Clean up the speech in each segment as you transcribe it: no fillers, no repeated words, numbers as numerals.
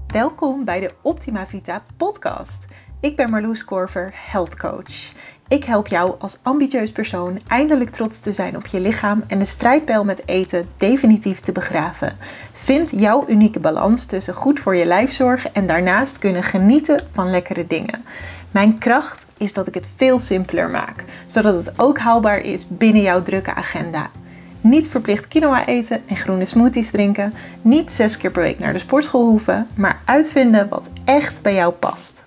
Welkom bij de Optima Vita podcast. Ik ben Marloes Korver, health coach. Ik help jou als ambitieus persoon eindelijk trots te zijn op je lichaam en de strijdbijl met eten definitief te begraven. Vind jouw unieke balans tussen goed voor je lijf zorgen en daarnaast kunnen genieten van lekkere dingen. Mijn kracht is dat ik het veel simpeler maak, zodat het ook haalbaar is binnen jouw drukke agenda. Niet verplicht quinoa eten en groene smoothies drinken. Niet 6 keer per week naar de sportschool hoeven. Maar uitvinden wat echt bij jou past.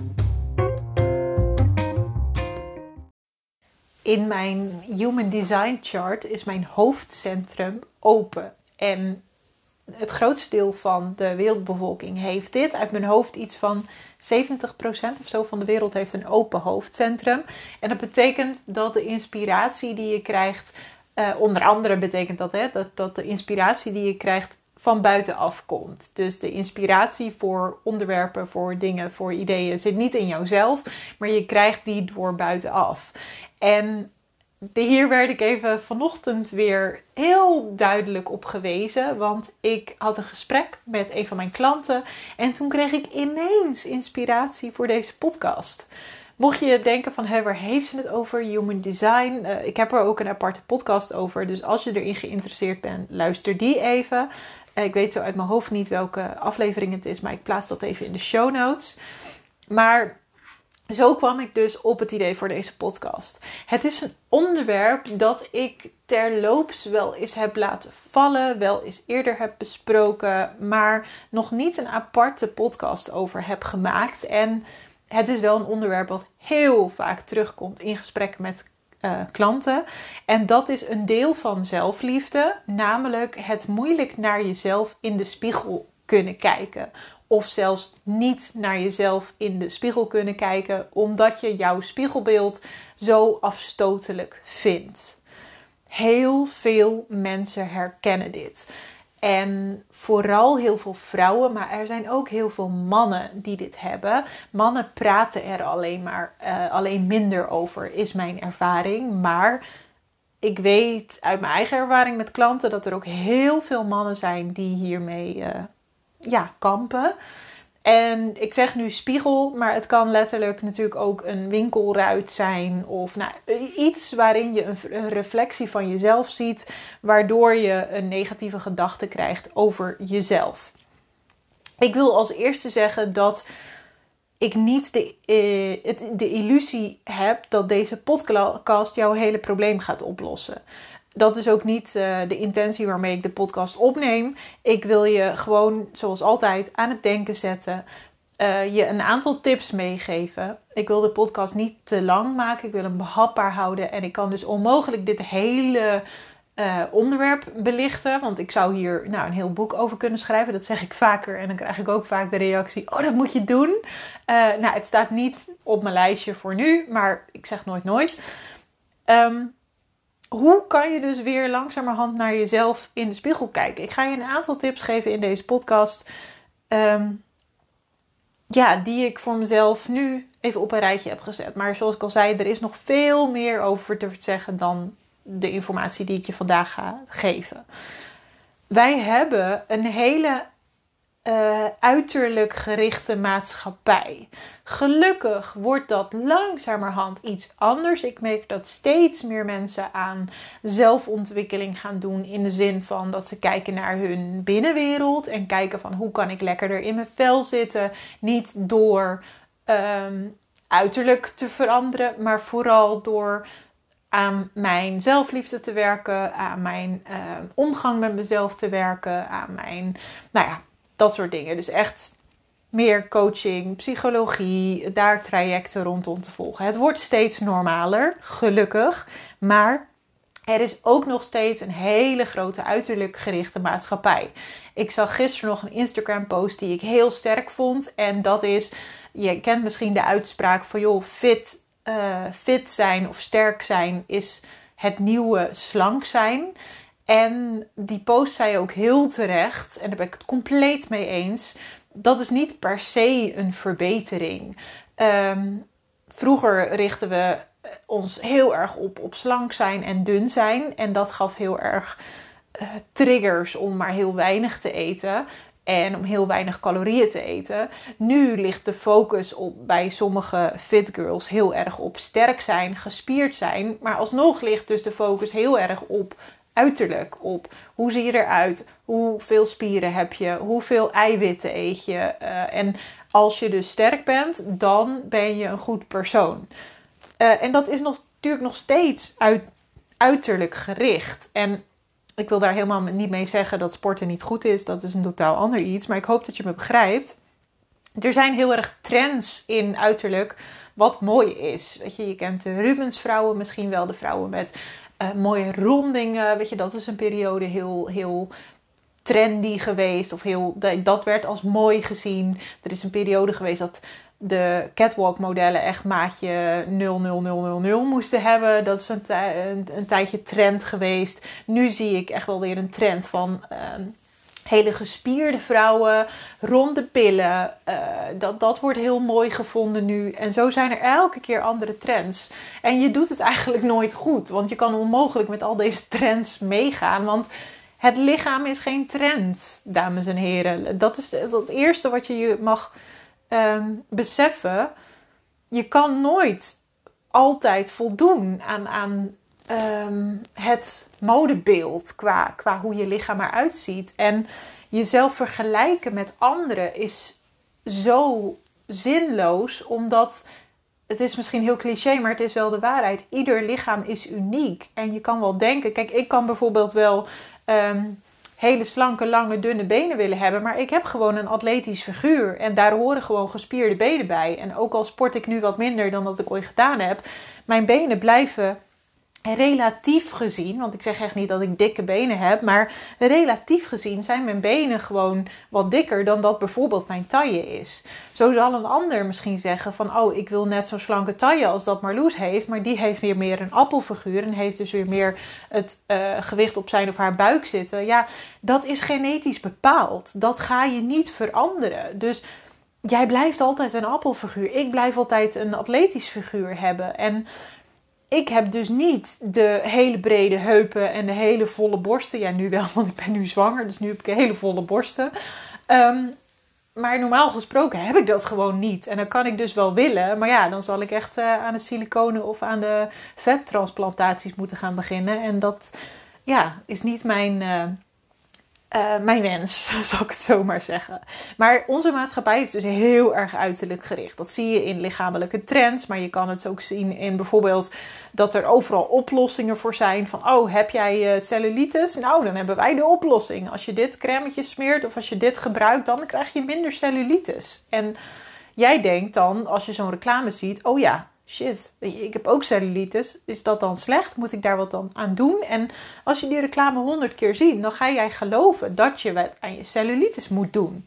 In mijn Human Design Chart is mijn hoofdcentrum open. En het grootste deel van de wereldbevolking heeft dit. Uit mijn hoofd iets van 70% of zo van de wereld heeft een open hoofdcentrum. En dat betekent dat de inspiratie die je krijgt... onder andere betekent dat de inspiratie die je krijgt van buitenaf komt. Dus de inspiratie voor onderwerpen, voor dingen, voor ideeën zit niet in jouzelf, maar je krijgt die door buitenaf. En hier werd ik even vanochtend weer heel duidelijk op gewezen, want ik had een gesprek met een van mijn klanten en toen kreeg ik ineens inspiratie voor deze podcast. Mocht je denken van, waar heeft ze het over? Human Design. Ik heb er ook een aparte podcast over. Dus als je erin geïnteresseerd bent, luister die even. Ik weet zo uit mijn hoofd niet welke aflevering het is. Maar ik plaats dat even in de show notes. Maar zo kwam ik dus op het idee voor deze podcast. Het is een onderwerp dat ik terloops wel eens heb laten vallen. Wel eens eerder heb besproken. Maar nog niet een aparte podcast over heb gemaakt. En... het is wel een onderwerp wat heel vaak terugkomt in gesprekken met klanten. En dat is een deel van zelfliefde. Namelijk het moeilijk naar jezelf in de spiegel kunnen kijken. Of zelfs niet naar jezelf in de spiegel kunnen kijken. Omdat je jouw spiegelbeeld zo afstotelijk vindt. Heel veel mensen herkennen dit. En vooral heel veel vrouwen, maar er zijn ook heel veel mannen die dit hebben. Mannen praten er alleen minder over, is mijn ervaring. Maar ik weet uit mijn eigen ervaring met klanten dat er ook heel veel mannen zijn die hiermee kampen. En ik zeg nu spiegel, maar het kan letterlijk natuurlijk ook een winkelruit zijn. Of iets waarin je een reflectie van jezelf ziet. Waardoor je een negatieve gedachte krijgt over jezelf. Ik wil als eerste zeggen dat ik niet de illusie heb dat deze podcast jouw hele probleem gaat oplossen. Dat is ook niet de intentie waarmee ik de podcast opneem. Ik wil je gewoon, zoals altijd, aan het denken zetten. Je een aantal tips meegeven. Ik wil de podcast niet te lang maken. Ik wil hem behapbaar houden. En ik kan dus onmogelijk dit hele onderwerp belichten. Want ik zou hier een heel boek over kunnen schrijven. Dat zeg ik vaker. En dan krijg ik ook vaak de reactie: oh, dat moet je doen. Het staat niet op mijn lijstje voor nu. Maar ik zeg nooit. Hoe kan je dus weer langzamerhand naar jezelf in de spiegel kijken? Ik ga je een aantal tips geven in deze podcast. Die ik voor mezelf nu even op een rijtje heb gezet. Maar zoals ik al zei, er is nog veel meer over te zeggen dan de informatie die ik je vandaag ga geven. Wij hebben een hele uiterlijk gerichte maatschappij. Gelukkig wordt dat langzamerhand iets anders. Ik merk dat steeds meer mensen aan zelfontwikkeling gaan doen. In de zin van dat ze kijken naar hun binnenwereld. En kijken van hoe kan ik lekkerder in mijn vel zitten. Niet door uiterlijk te veranderen. Maar vooral door aan mijn zelfliefde te werken. Aan mijn omgang met mezelf te werken. Aan mijn, dat soort dingen. Dus echt meer coaching, psychologie, daar trajecten rondom te volgen. Het wordt steeds normaler, gelukkig. Maar er is ook nog steeds een hele grote uiterlijk gerichte maatschappij. Ik zag gisteren nog een Instagram post die ik heel sterk vond. En dat is, je kent misschien de uitspraak van joh, fit zijn of sterk zijn is het nieuwe slank zijn. En die post zei ook heel terecht, en daar ben ik het compleet mee eens, dat is niet per se een verbetering. Vroeger richten we ons heel erg op slank zijn en dun zijn. En dat gaf heel erg triggers om maar heel weinig te eten. en om heel weinig calorieën te eten. Nu ligt de focus bij sommige fit girls heel erg op sterk zijn, gespierd zijn. Maar alsnog ligt dus de focus heel erg op uiterlijk. Op hoe zie je eruit, hoeveel spieren heb je, hoeveel eiwitten eet je. En als je dus sterk bent, dan ben je een goed persoon. En dat is natuurlijk nog steeds uiterlijk gericht. En ik wil daar helemaal niet mee zeggen dat sporten niet goed is. Dat is een totaal ander iets. Maar ik hoop dat je me begrijpt. Er zijn heel erg trends in uiterlijk wat mooi is. Weet je kent de Rubensvrouwen misschien wel. De vrouwen met mooie rondingen. Weet je, dat is een periode heel trendy geweest. Of dat werd als mooi gezien. Er is een periode geweest dat de catwalk modellen echt maatje 00000 moesten hebben. Dat is een tijdje trend geweest. Nu zie ik echt wel weer een trend van hele gespierde vrouwen, ronde billen. Dat wordt heel mooi gevonden nu. En zo zijn er elke keer andere trends. En je doet het eigenlijk nooit goed. Want je kan onmogelijk met al deze trends meegaan. Want het lichaam is geen trend, dames en heren. Dat is het eerste wat je mag beseffen. Je kan nooit altijd voldoen aan het modebeeld qua hoe je lichaam eruit ziet. En jezelf vergelijken met anderen is zo zinloos, omdat het is misschien heel cliché, maar het is wel de waarheid. Ieder lichaam is uniek. En je kan wel denken, kijk, ik kan bijvoorbeeld wel hele slanke, lange, dunne benen willen hebben. Maar ik heb gewoon een atletisch figuur. En daar horen gewoon gespierde benen bij. En ook al sport ik nu wat minder dan dat ik ooit gedaan heb. Mijn benen blijven relatief gezien. Want ik zeg echt niet dat ik dikke benen heb. Maar relatief gezien zijn mijn benen gewoon wat dikker dan dat bijvoorbeeld mijn taille is. Zo zal een ander misschien zeggen van, oh, ik wil net zo'n slanke taille als dat Marloes heeft. Maar die heeft weer meer een appelfiguur. En heeft dus weer meer het gewicht op zijn of haar buik zitten. Ja, dat is genetisch bepaald. Dat ga je niet veranderen. Dus jij blijft altijd een appelfiguur. Ik blijf altijd een atletisch figuur hebben. En ik heb dus niet de hele brede heupen en de hele volle borsten. Ja, nu wel, want ik ben nu zwanger. Dus nu heb ik hele volle borsten. Maar normaal gesproken heb ik dat gewoon niet. En dan kan ik dus wel willen. Maar ja, dan zal ik echt aan de siliconen of aan de vettransplantaties moeten gaan beginnen. En dat is niet mijn wens, zal ik het zo maar zeggen. Maar onze maatschappij is dus heel erg uiterlijk gericht. Dat zie je in lichamelijke trends. Maar je kan het ook zien in bijvoorbeeld dat er overal oplossingen voor zijn. Van, oh, heb jij cellulitis? Nou, dan hebben wij de oplossing. Als je dit crèmetje smeert of als je dit gebruikt, dan krijg je minder cellulitis. En jij denkt dan, als je zo'n reclame ziet, oh ja, shit, weet je, ik heb ook cellulitis. Is dat dan slecht? Moet ik daar wat dan aan doen? En als je die reclame 100 keer ziet, dan ga jij geloven dat je wat aan je cellulitis moet doen.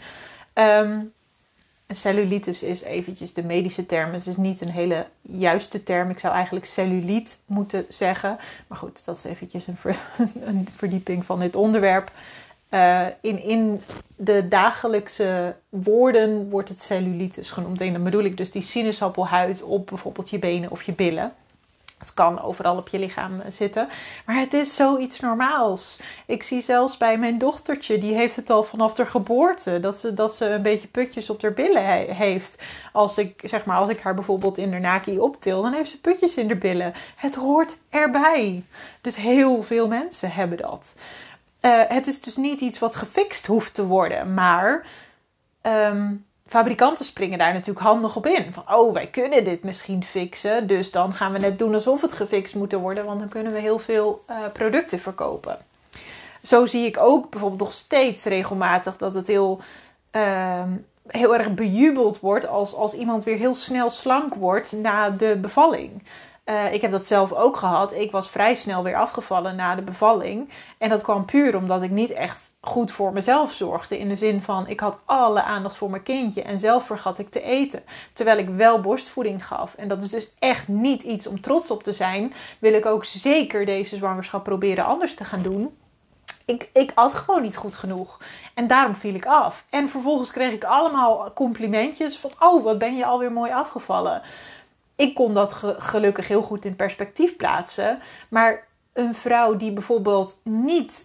Cellulitis is eventjes de medische term. Het is niet een hele juiste term. Ik zou eigenlijk celluliet moeten zeggen. Maar goed, dat is eventjes een verdieping van dit onderwerp. In de dagelijkse woorden wordt het cellulitis genoemd. En dan bedoel ik dus die sinaasappelhuid op bijvoorbeeld je benen of je billen. Het kan overal op je lichaam zitten. Maar het is zoiets normaals. Ik zie zelfs bij mijn dochtertje, die heeft het al vanaf haar geboorte. Dat ze een beetje putjes op haar billen heeft. Als ik haar bijvoorbeeld in de naki optil, dan heeft ze putjes in haar billen. Het hoort erbij. Dus heel veel mensen hebben dat. Het is dus niet iets wat gefixt hoeft te worden. Maar fabrikanten springen daar natuurlijk handig op in. Van, oh, wij kunnen dit misschien fixen. Dus dan gaan we net doen alsof het gefixt moet worden. Want dan kunnen we heel veel producten verkopen. Zo zie ik ook bijvoorbeeld nog steeds regelmatig dat het heel erg bejubeld wordt als iemand weer heel snel slank wordt na de bevalling. Ik heb dat zelf ook gehad. Ik was vrij snel weer afgevallen na de bevalling. En dat kwam puur omdat ik niet echt goed voor mezelf zorgde. In de zin van, ik had alle aandacht voor mijn kindje en zelf vergat ik te eten. Terwijl ik wel borstvoeding gaf. En dat is dus echt niet iets om trots op te zijn. Wil ik ook zeker deze zwangerschap proberen anders te gaan doen. Ik at gewoon niet goed genoeg. En daarom viel ik af. En vervolgens kreeg ik allemaal complimentjes van, oh, wat ben je alweer mooi afgevallen. Ik kon dat gelukkig heel goed in perspectief plaatsen. Maar een vrouw die bijvoorbeeld niet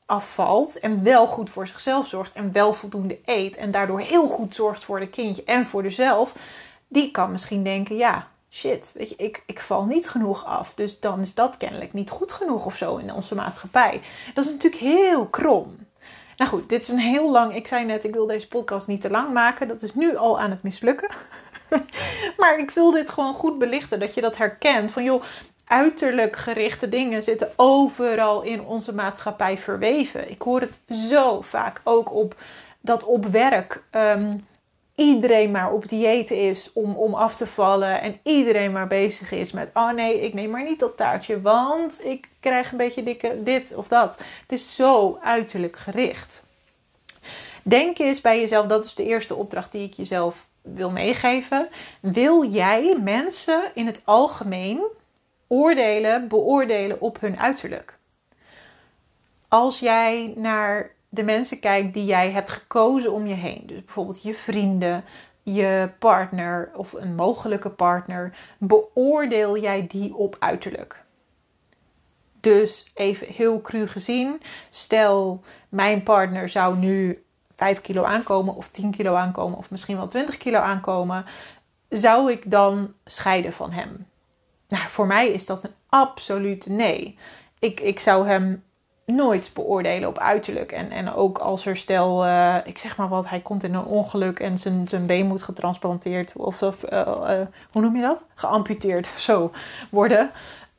afvalt en wel goed voor zichzelf zorgt en wel voldoende eet en daardoor heel goed zorgt voor de kindje en voor zichzelf, die kan misschien denken, ja, shit, weet je, ik val niet genoeg af, dus dan is dat kennelijk niet goed genoeg of zo in onze maatschappij. Dat is natuurlijk heel krom. Nou goed, dit is een heel lang, ik zei net, ik wil deze podcast niet te lang maken, dat is nu al aan het mislukken. Maar ik wil dit gewoon goed belichten, dat je dat herkent van joh, uiterlijk gerichte dingen zitten overal in onze maatschappij verweven. Ik hoor het zo vaak ook op werk iedereen maar op dieet is om af te vallen. En iedereen maar bezig is met, oh nee, ik neem maar niet dat taartje, want ik krijg een beetje dikke dit of dat. Het is zo uiterlijk gericht. Denk eens bij jezelf, dat is de eerste opdracht die ik jezelf wil meegeven. Wil jij mensen in het algemeen beoordelen op hun uiterlijk? Als jij naar de mensen kijkt die jij hebt gekozen om je heen, dus bijvoorbeeld je vrienden, je partner of een mogelijke partner, beoordeel jij die op uiterlijk? Dus even heel cru gezien, stel mijn partner zou nu 5 kilo aankomen of 10 kilo aankomen of misschien wel 20 kilo aankomen, zou ik dan scheiden van hem? Nou, voor mij is dat een absoluut nee. Ik zou hem nooit beoordelen op uiterlijk. En ook als er stel, ik zeg maar wat, hij komt in een ongeluk en zijn been moet getransplanteerd of hoe noem je dat? Geamputeerd zo worden.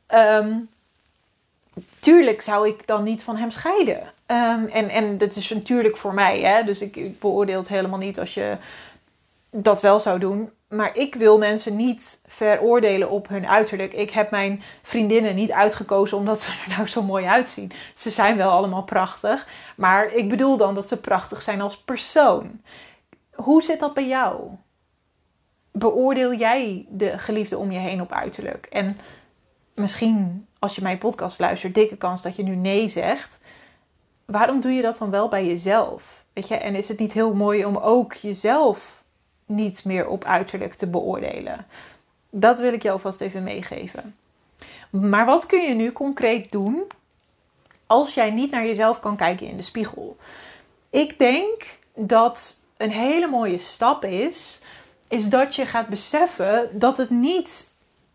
Tuurlijk zou ik dan niet van hem scheiden. En dat is natuurlijk voor mij, hè? Dus ik beoordeel het helemaal niet als je dat wel zou doen. Maar ik wil mensen niet veroordelen op hun uiterlijk. Ik heb mijn vriendinnen niet uitgekozen omdat ze er nou zo mooi uitzien. Ze zijn wel allemaal prachtig. Maar ik bedoel dan dat ze prachtig zijn als persoon. Hoe zit dat bij jou? Beoordeel jij de geliefde om je heen op uiterlijk? En misschien als je mijn podcast luistert, dikke kans dat je nu nee zegt. Waarom doe je dat dan wel bij jezelf? Weet je? En is het niet heel mooi om ook jezelf niet meer op uiterlijk te beoordelen? Dat wil ik je alvast even meegeven. Maar wat kun je nu concreet doen als jij niet naar jezelf kan kijken in de spiegel? Ik denk dat een hele mooie stap is dat je gaat beseffen dat het niet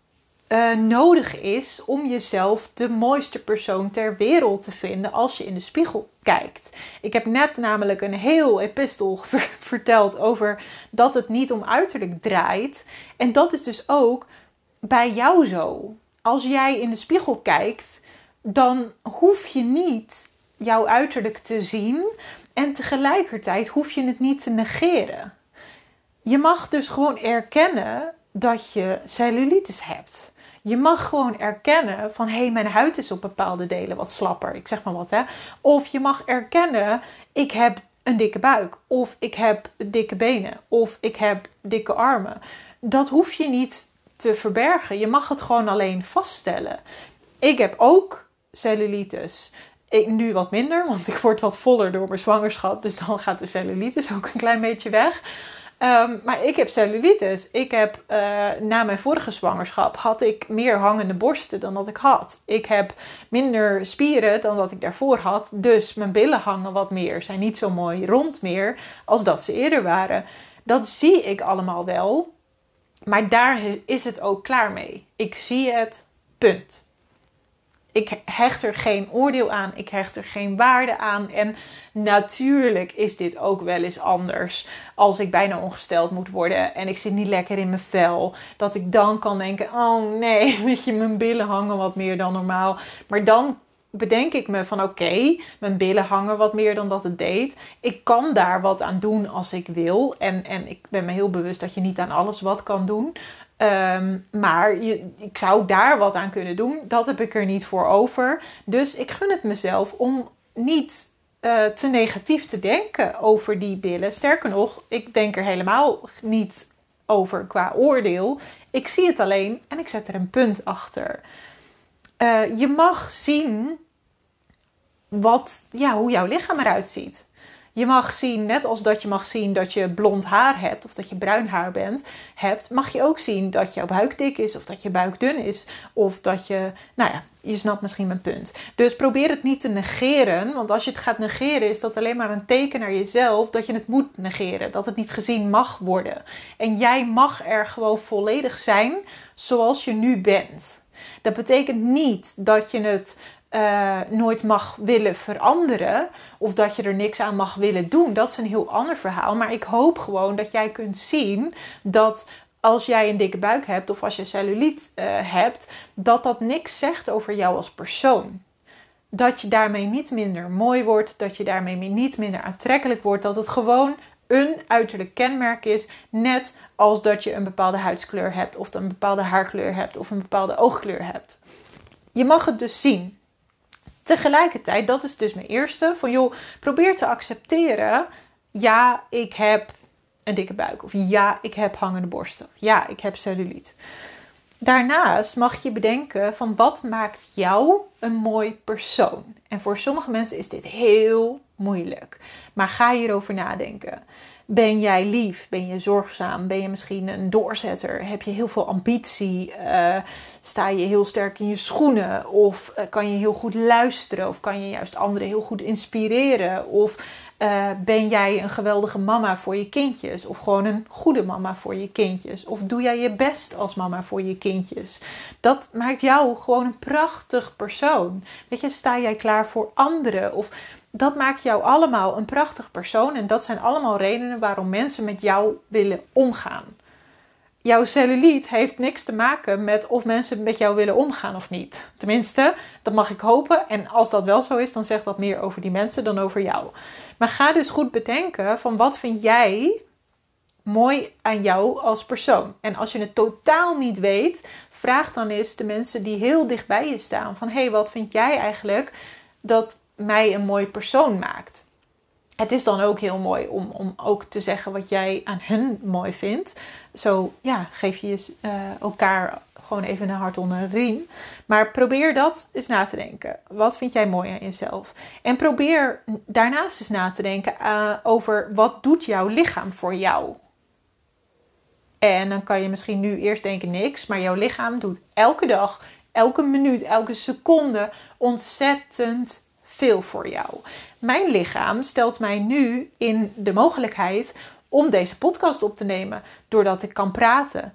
nodig is om jezelf de mooiste persoon ter wereld te vinden als je in de spiegel kijkt. Ik heb net namelijk een heel epistel verteld over dat het niet om uiterlijk draait. En dat is dus ook bij jou zo. Als jij in de spiegel kijkt, dan hoef je niet jouw uiterlijk te zien en tegelijkertijd hoef je het niet te negeren. Je mag dus gewoon erkennen dat je cellulitis hebt. Je mag gewoon erkennen van, hé, mijn huid is op bepaalde delen wat slapper. Ik zeg maar wat, hè. Of je mag erkennen, ik heb een dikke buik. Of ik heb dikke benen. Of ik heb dikke armen. Dat hoef je niet te verbergen. Je mag het gewoon alleen vaststellen. Ik heb ook cellulitis. Nu wat minder, want ik word wat voller door mijn zwangerschap. Dus dan gaat de cellulitis ook een klein beetje weg. Maar ik heb cellulitis. Ik heb na mijn vorige zwangerschap had ik meer hangende borsten dan dat ik had. Ik heb minder spieren dan dat ik daarvoor had. Dus mijn billen hangen wat meer. Zijn niet zo mooi rond meer als dat ze eerder waren. Dat zie ik allemaal wel. Maar daar is het ook klaar mee. Ik zie het, punt. Ik hecht er geen oordeel aan. Ik hecht er geen waarde aan. En natuurlijk is dit ook wel eens anders. Als ik bijna ongesteld moet worden. En ik zit niet lekker in mijn vel. Dat ik dan kan denken. Oh nee, weet je, mijn billen hangen wat meer dan normaal. Maar dan bedenk ik me van oké, mijn billen hangen wat meer dan dat het deed. Ik kan daar wat aan doen als ik wil. En ik ben me heel bewust dat je niet aan alles wat kan doen. Maar ik zou daar wat aan kunnen doen. Dat heb ik er niet voor over. Dus ik gun het mezelf om niet te negatief te denken over die billen. Sterker nog, ik denk er helemaal niet over qua oordeel. Ik zie het alleen en ik zet er een punt achter. Je mag zien hoe jouw lichaam eruit ziet. Je mag zien, net als dat je mag zien dat je blond haar hebt of dat je bruin haar hebt, mag je ook zien dat jouw buik dik is of dat je buik dun is. Of dat je, je snapt misschien mijn punt. Dus probeer het niet te negeren, want als je het gaat negeren is dat alleen maar een teken naar jezelf dat je het moet negeren. Dat het niet gezien mag worden. En jij mag er gewoon volledig zijn zoals je nu bent. Dat betekent niet dat je het nooit mag willen veranderen of dat je er niks aan mag willen doen. Dat is een heel ander verhaal. Maar ik hoop gewoon dat jij kunt zien dat als jij een dikke buik hebt of als je cellulite hebt, dat dat niks zegt over jou als persoon. Dat je daarmee niet minder mooi wordt, dat je daarmee niet minder aantrekkelijk wordt, dat het gewoon een uiterlijk kenmerk is, net als dat je een bepaalde huidskleur hebt of een bepaalde haarkleur hebt of een bepaalde oogkleur hebt. Je mag het dus zien. Tegelijkertijd, dat is dus mijn eerste, van joh, probeer te accepteren, ja, ik heb een dikke buik, of ja, ik heb hangende borsten, of ja, ik heb cellulite. Daarnaast mag je bedenken van wat maakt jou een mooi persoon. En voor sommige mensen is dit heel moeilijk, maar ga hierover nadenken. Ben jij lief? Ben je zorgzaam? Ben je misschien een doorzetter? Heb je heel veel ambitie? Sta je heel sterk in je schoenen? Of kan je heel goed luisteren? Of kan je juist anderen heel goed inspireren? Of ben jij een geweldige mama voor je kindjes? Of gewoon een goede mama voor je kindjes? Of doe jij je best als mama voor je kindjes? Dat maakt jou gewoon een prachtig persoon. Weet je, sta jij klaar voor anderen? Of dat maakt jou allemaal een prachtig persoon. En dat zijn allemaal redenen waarom mensen met jou willen omgaan. Jouw cellulite heeft niks te maken met of mensen met jou willen omgaan of niet. Tenminste, dat mag ik hopen. En als dat wel zo is, dan zegt dat meer over die mensen dan over jou. Maar ga dus goed bedenken van wat vind jij mooi aan jou als persoon. En als je het totaal niet weet, vraag dan eens de mensen die heel dicht bij je staan. Van hey, wat vind jij eigenlijk dat mij een mooi persoon maakt? Het is dan ook heel mooi om ook te zeggen wat jij aan hun mooi vindt. Zo geef je elkaar gewoon even een hart onder een riem. Maar probeer dat eens na te denken. Wat vind jij mooi aan jezelf? En probeer daarnaast eens na te denken over wat doet jouw lichaam voor jou? En dan kan je misschien nu eerst denken niks. Maar jouw lichaam doet elke dag, elke minuut, elke seconde ontzettend veel voor jou. Mijn lichaam stelt mij nu in de mogelijkheid om deze podcast op te nemen. Doordat ik kan praten.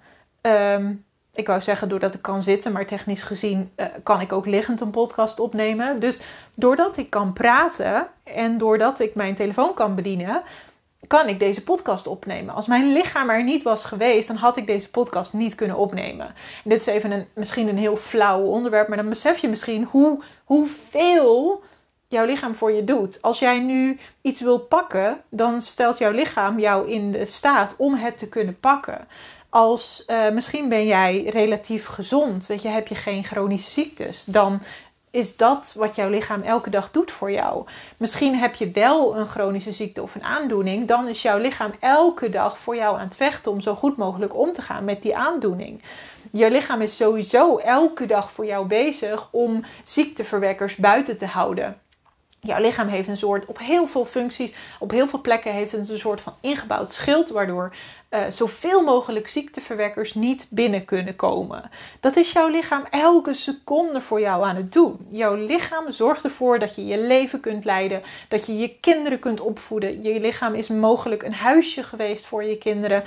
Ik wou zeggen doordat ik kan zitten. Maar technisch gezien kan ik ook liggend een podcast opnemen. Dus doordat ik kan praten en doordat ik mijn telefoon kan bedienen, kan ik deze podcast opnemen. Als mijn lichaam er niet was geweest, dan had ik deze podcast niet kunnen opnemen. En dit is even misschien een heel flauw onderwerp, maar dan besef je misschien hoeveel jouw lichaam voor je doet. Als jij nu iets wil pakken, dan stelt jouw lichaam jou in de staat om het te kunnen pakken. Misschien ben jij relatief gezond, weet je, heb je geen chronische ziektes, dan is dat wat jouw lichaam elke dag doet voor jou. Misschien heb je wel een chronische ziekte of een aandoening, dan is jouw lichaam elke dag voor jou aan het vechten om zo goed mogelijk om te gaan met die aandoening. Je lichaam is sowieso elke dag voor jou bezig om ziekteverwekkers buiten te houden. Jouw lichaam heeft een soort, op heel veel functies, op heel veel plekken heeft het een soort van ingebouwd schild, waardoor zoveel mogelijk ziekteverwekkers niet binnen kunnen komen. Dat is jouw lichaam elke seconde voor jou aan het doen. Jouw lichaam zorgt ervoor dat je je leven kunt leiden, dat je je kinderen kunt opvoeden. Je lichaam is mogelijk een huisje geweest voor je kinderen.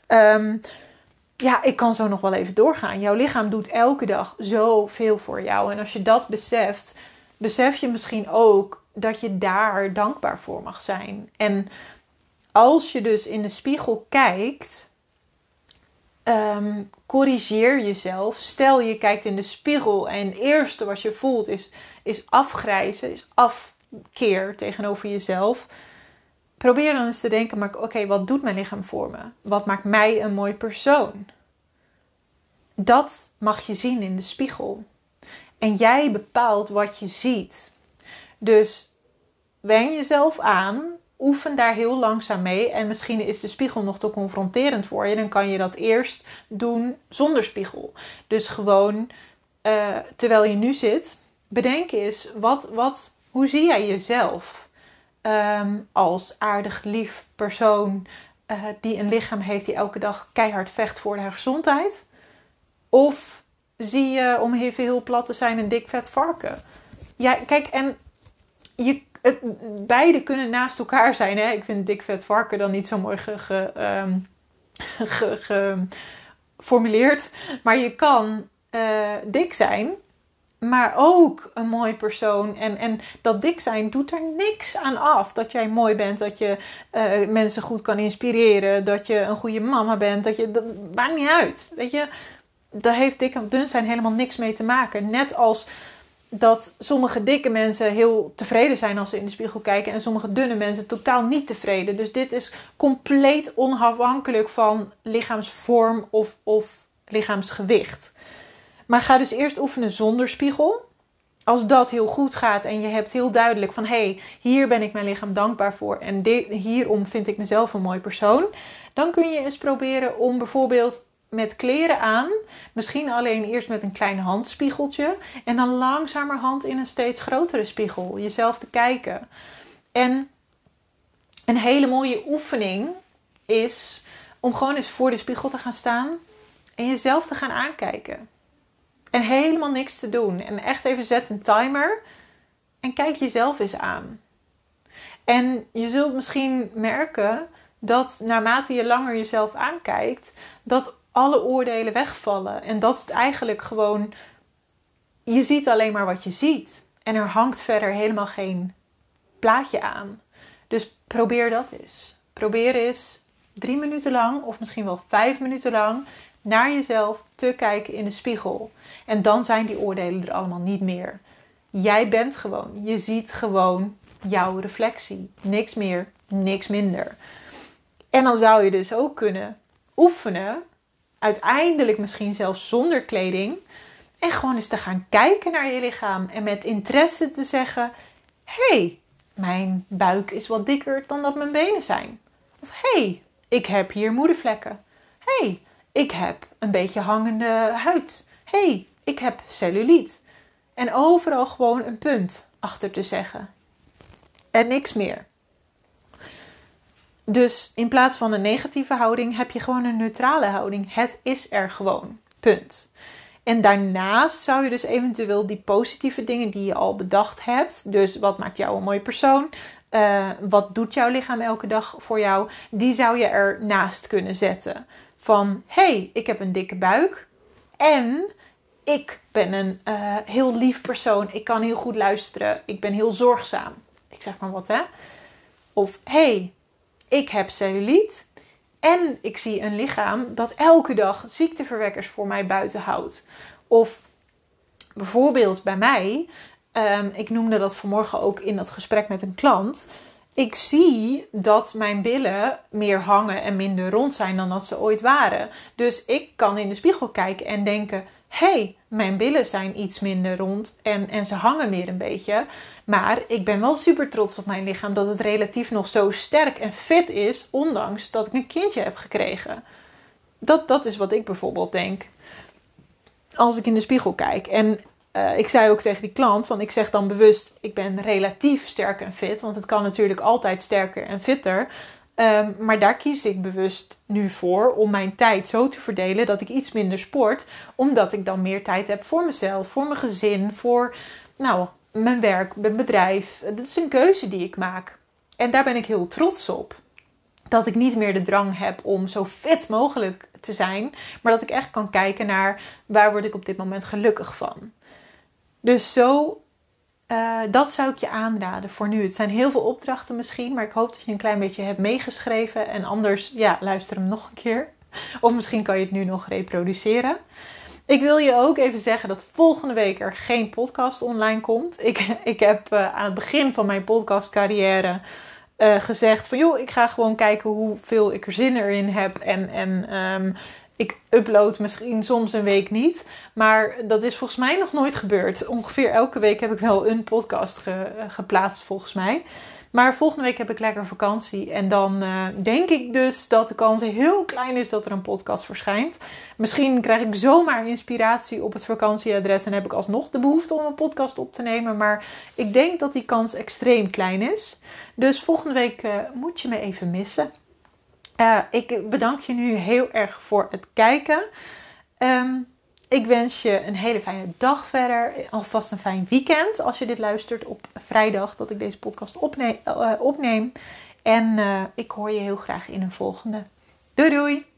Ik kan zo nog wel even doorgaan. Jouw lichaam doet elke dag zoveel voor jou. En als je dat beseft, besef je misschien ook dat je daar dankbaar voor mag zijn. En als je dus in de spiegel kijkt, corrigeer jezelf. Stel je kijkt in de spiegel en het eerste wat je voelt is afgrijzen, is afkeer tegenover jezelf. Probeer dan eens te denken, maar oké, wat doet mijn lichaam voor me? Wat maakt mij een mooi persoon? Dat mag je zien in de spiegel. En jij bepaalt wat je ziet. Dus wen jezelf aan, oefen daar heel langzaam mee. En misschien is de spiegel nog te confronterend voor je. Dan kan je dat eerst doen zonder spiegel. Dus gewoon, terwijl je nu zit, bedenk eens, hoe zie jij jezelf? als aardig, lief persoon die een lichaam heeft die elke dag keihard vecht voor haar gezondheid? Of zie je, om even heel plat te zijn, een dik vet varken? Ja, kijk, en beide kunnen naast elkaar zijn. Hè? Ik vind dik vet varken dan niet zo mooi geformuleerd. Maar je kan dik zijn, maar ook een mooi persoon. En dat dik zijn doet er niks aan af. Dat jij mooi bent, dat je mensen goed kan inspireren, dat je een goede mama bent. Dat maakt niet uit. Weet je, daar heeft dik en dun zijn helemaal niks mee te maken. Net als dat sommige dikke mensen heel tevreden zijn als ze in de spiegel kijken en sommige dunne mensen totaal niet tevreden. Dus dit is compleet onafhankelijk van lichaamsvorm of lichaamsgewicht. Maar ga dus eerst oefenen zonder spiegel. Als dat heel goed gaat en je hebt heel duidelijk van hey, hier ben ik mijn lichaam dankbaar voor en hierom vind ik mezelf een mooi persoon. Dan kun je eens proberen om bijvoorbeeld met kleren aan, misschien alleen eerst met een klein handspiegeltje en dan langzamerhand in een steeds grotere spiegel jezelf te kijken. En een hele mooie oefening is om gewoon eens voor de spiegel te gaan staan en jezelf te gaan aankijken. En helemaal niks te doen. En echt even zet een timer en kijk jezelf eens aan. En je zult misschien merken dat naarmate je langer jezelf aankijkt, dat alle oordelen wegvallen. En dat het eigenlijk gewoon, je ziet alleen maar wat je ziet. En er hangt verder helemaal geen plaatje aan. Dus probeer dat eens. Probeer eens 3 minuten lang of misschien wel 5 minuten lang naar jezelf te kijken in de spiegel. En dan zijn die oordelen er allemaal niet meer. Jij bent gewoon, je ziet gewoon jouw reflectie. Niks meer, niks minder. En dan zou je dus ook kunnen oefenen, uiteindelijk misschien zelfs zonder kleding, en gewoon eens te gaan kijken naar je lichaam en met interesse te zeggen, hey, mijn buik is wat dikker dan dat mijn benen zijn. Of hey, ik heb hier moedervlekken. Hey, ik heb een beetje hangende huid. Hey, ik heb celluliet. En overal gewoon een punt achter te zeggen. En niks meer. Dus in plaats van een negatieve houding heb je gewoon een neutrale houding. Het is er gewoon. Punt. En daarnaast zou je dus eventueel die positieve dingen die je al bedacht hebt. Dus wat maakt jou een mooie persoon? Wat doet jouw lichaam elke dag voor jou? Die zou je ernaast kunnen zetten. Van, hey, ik heb een dikke buik. En ik ben een heel lief persoon. Ik kan heel goed luisteren. Ik ben heel zorgzaam. Ik zeg maar wat, hè. Of, hey, ik heb celluliet. En ik zie een lichaam dat elke dag ziekteverwekkers voor mij buiten houdt. Of bijvoorbeeld bij mij. Ik noemde dat vanmorgen ook in dat gesprek met een klant. Ik zie dat mijn billen meer hangen en minder rond zijn dan dat ze ooit waren. Dus ik kan in de spiegel kijken en denken, hey, mijn billen zijn iets minder rond en ze hangen meer een beetje. Maar ik ben wel super trots op mijn lichaam dat het relatief nog zo sterk en fit is, ondanks dat ik een kindje heb gekregen. Dat is wat ik bijvoorbeeld denk als ik in de spiegel kijk. En ik zei ook tegen die klant, ik zeg dan bewust, ik ben relatief sterk en fit. Want het kan natuurlijk altijd sterker en fitter. Maar daar kies ik bewust nu voor om mijn tijd zo te verdelen dat ik iets minder sport. Omdat ik dan meer tijd heb voor mezelf, voor mijn gezin, voor mijn werk, mijn bedrijf. Dat is een keuze die ik maak. En daar ben ik heel trots op. Dat ik niet meer de drang heb om zo fit mogelijk te zijn. Maar dat ik echt kan kijken naar waar word ik op dit moment gelukkig van. Dus zo, dat zou ik je aanraden voor nu. Het zijn heel veel opdrachten misschien, maar ik hoop dat je een klein beetje hebt meegeschreven. En anders, luister hem nog een keer. Of misschien kan je het nu nog reproduceren. Ik wil je ook even zeggen dat volgende week er geen podcast online komt. Ik heb aan het begin van mijn podcastcarrière gezegd van ik ga gewoon kijken hoeveel ik er zin erin heb. En Ik upload misschien soms een week niet. Maar dat is volgens mij nog nooit gebeurd. Ongeveer elke week heb ik wel een podcast geplaatst volgens mij. Maar volgende week heb ik lekker vakantie. En dan denk ik dus dat de kans heel klein is dat er een podcast verschijnt. Misschien krijg ik zomaar inspiratie op het vakantieadres. En heb ik alsnog de behoefte om een podcast op te nemen. Maar ik denk dat die kans extreem klein is. Dus volgende week moet je me even missen. Ik bedank je nu heel erg voor het kijken. Ik wens je een hele fijne dag verder. Alvast een fijn weekend als je dit luistert op vrijdag dat ik deze podcast opneem. En ik hoor je heel graag in een volgende. Doei doei!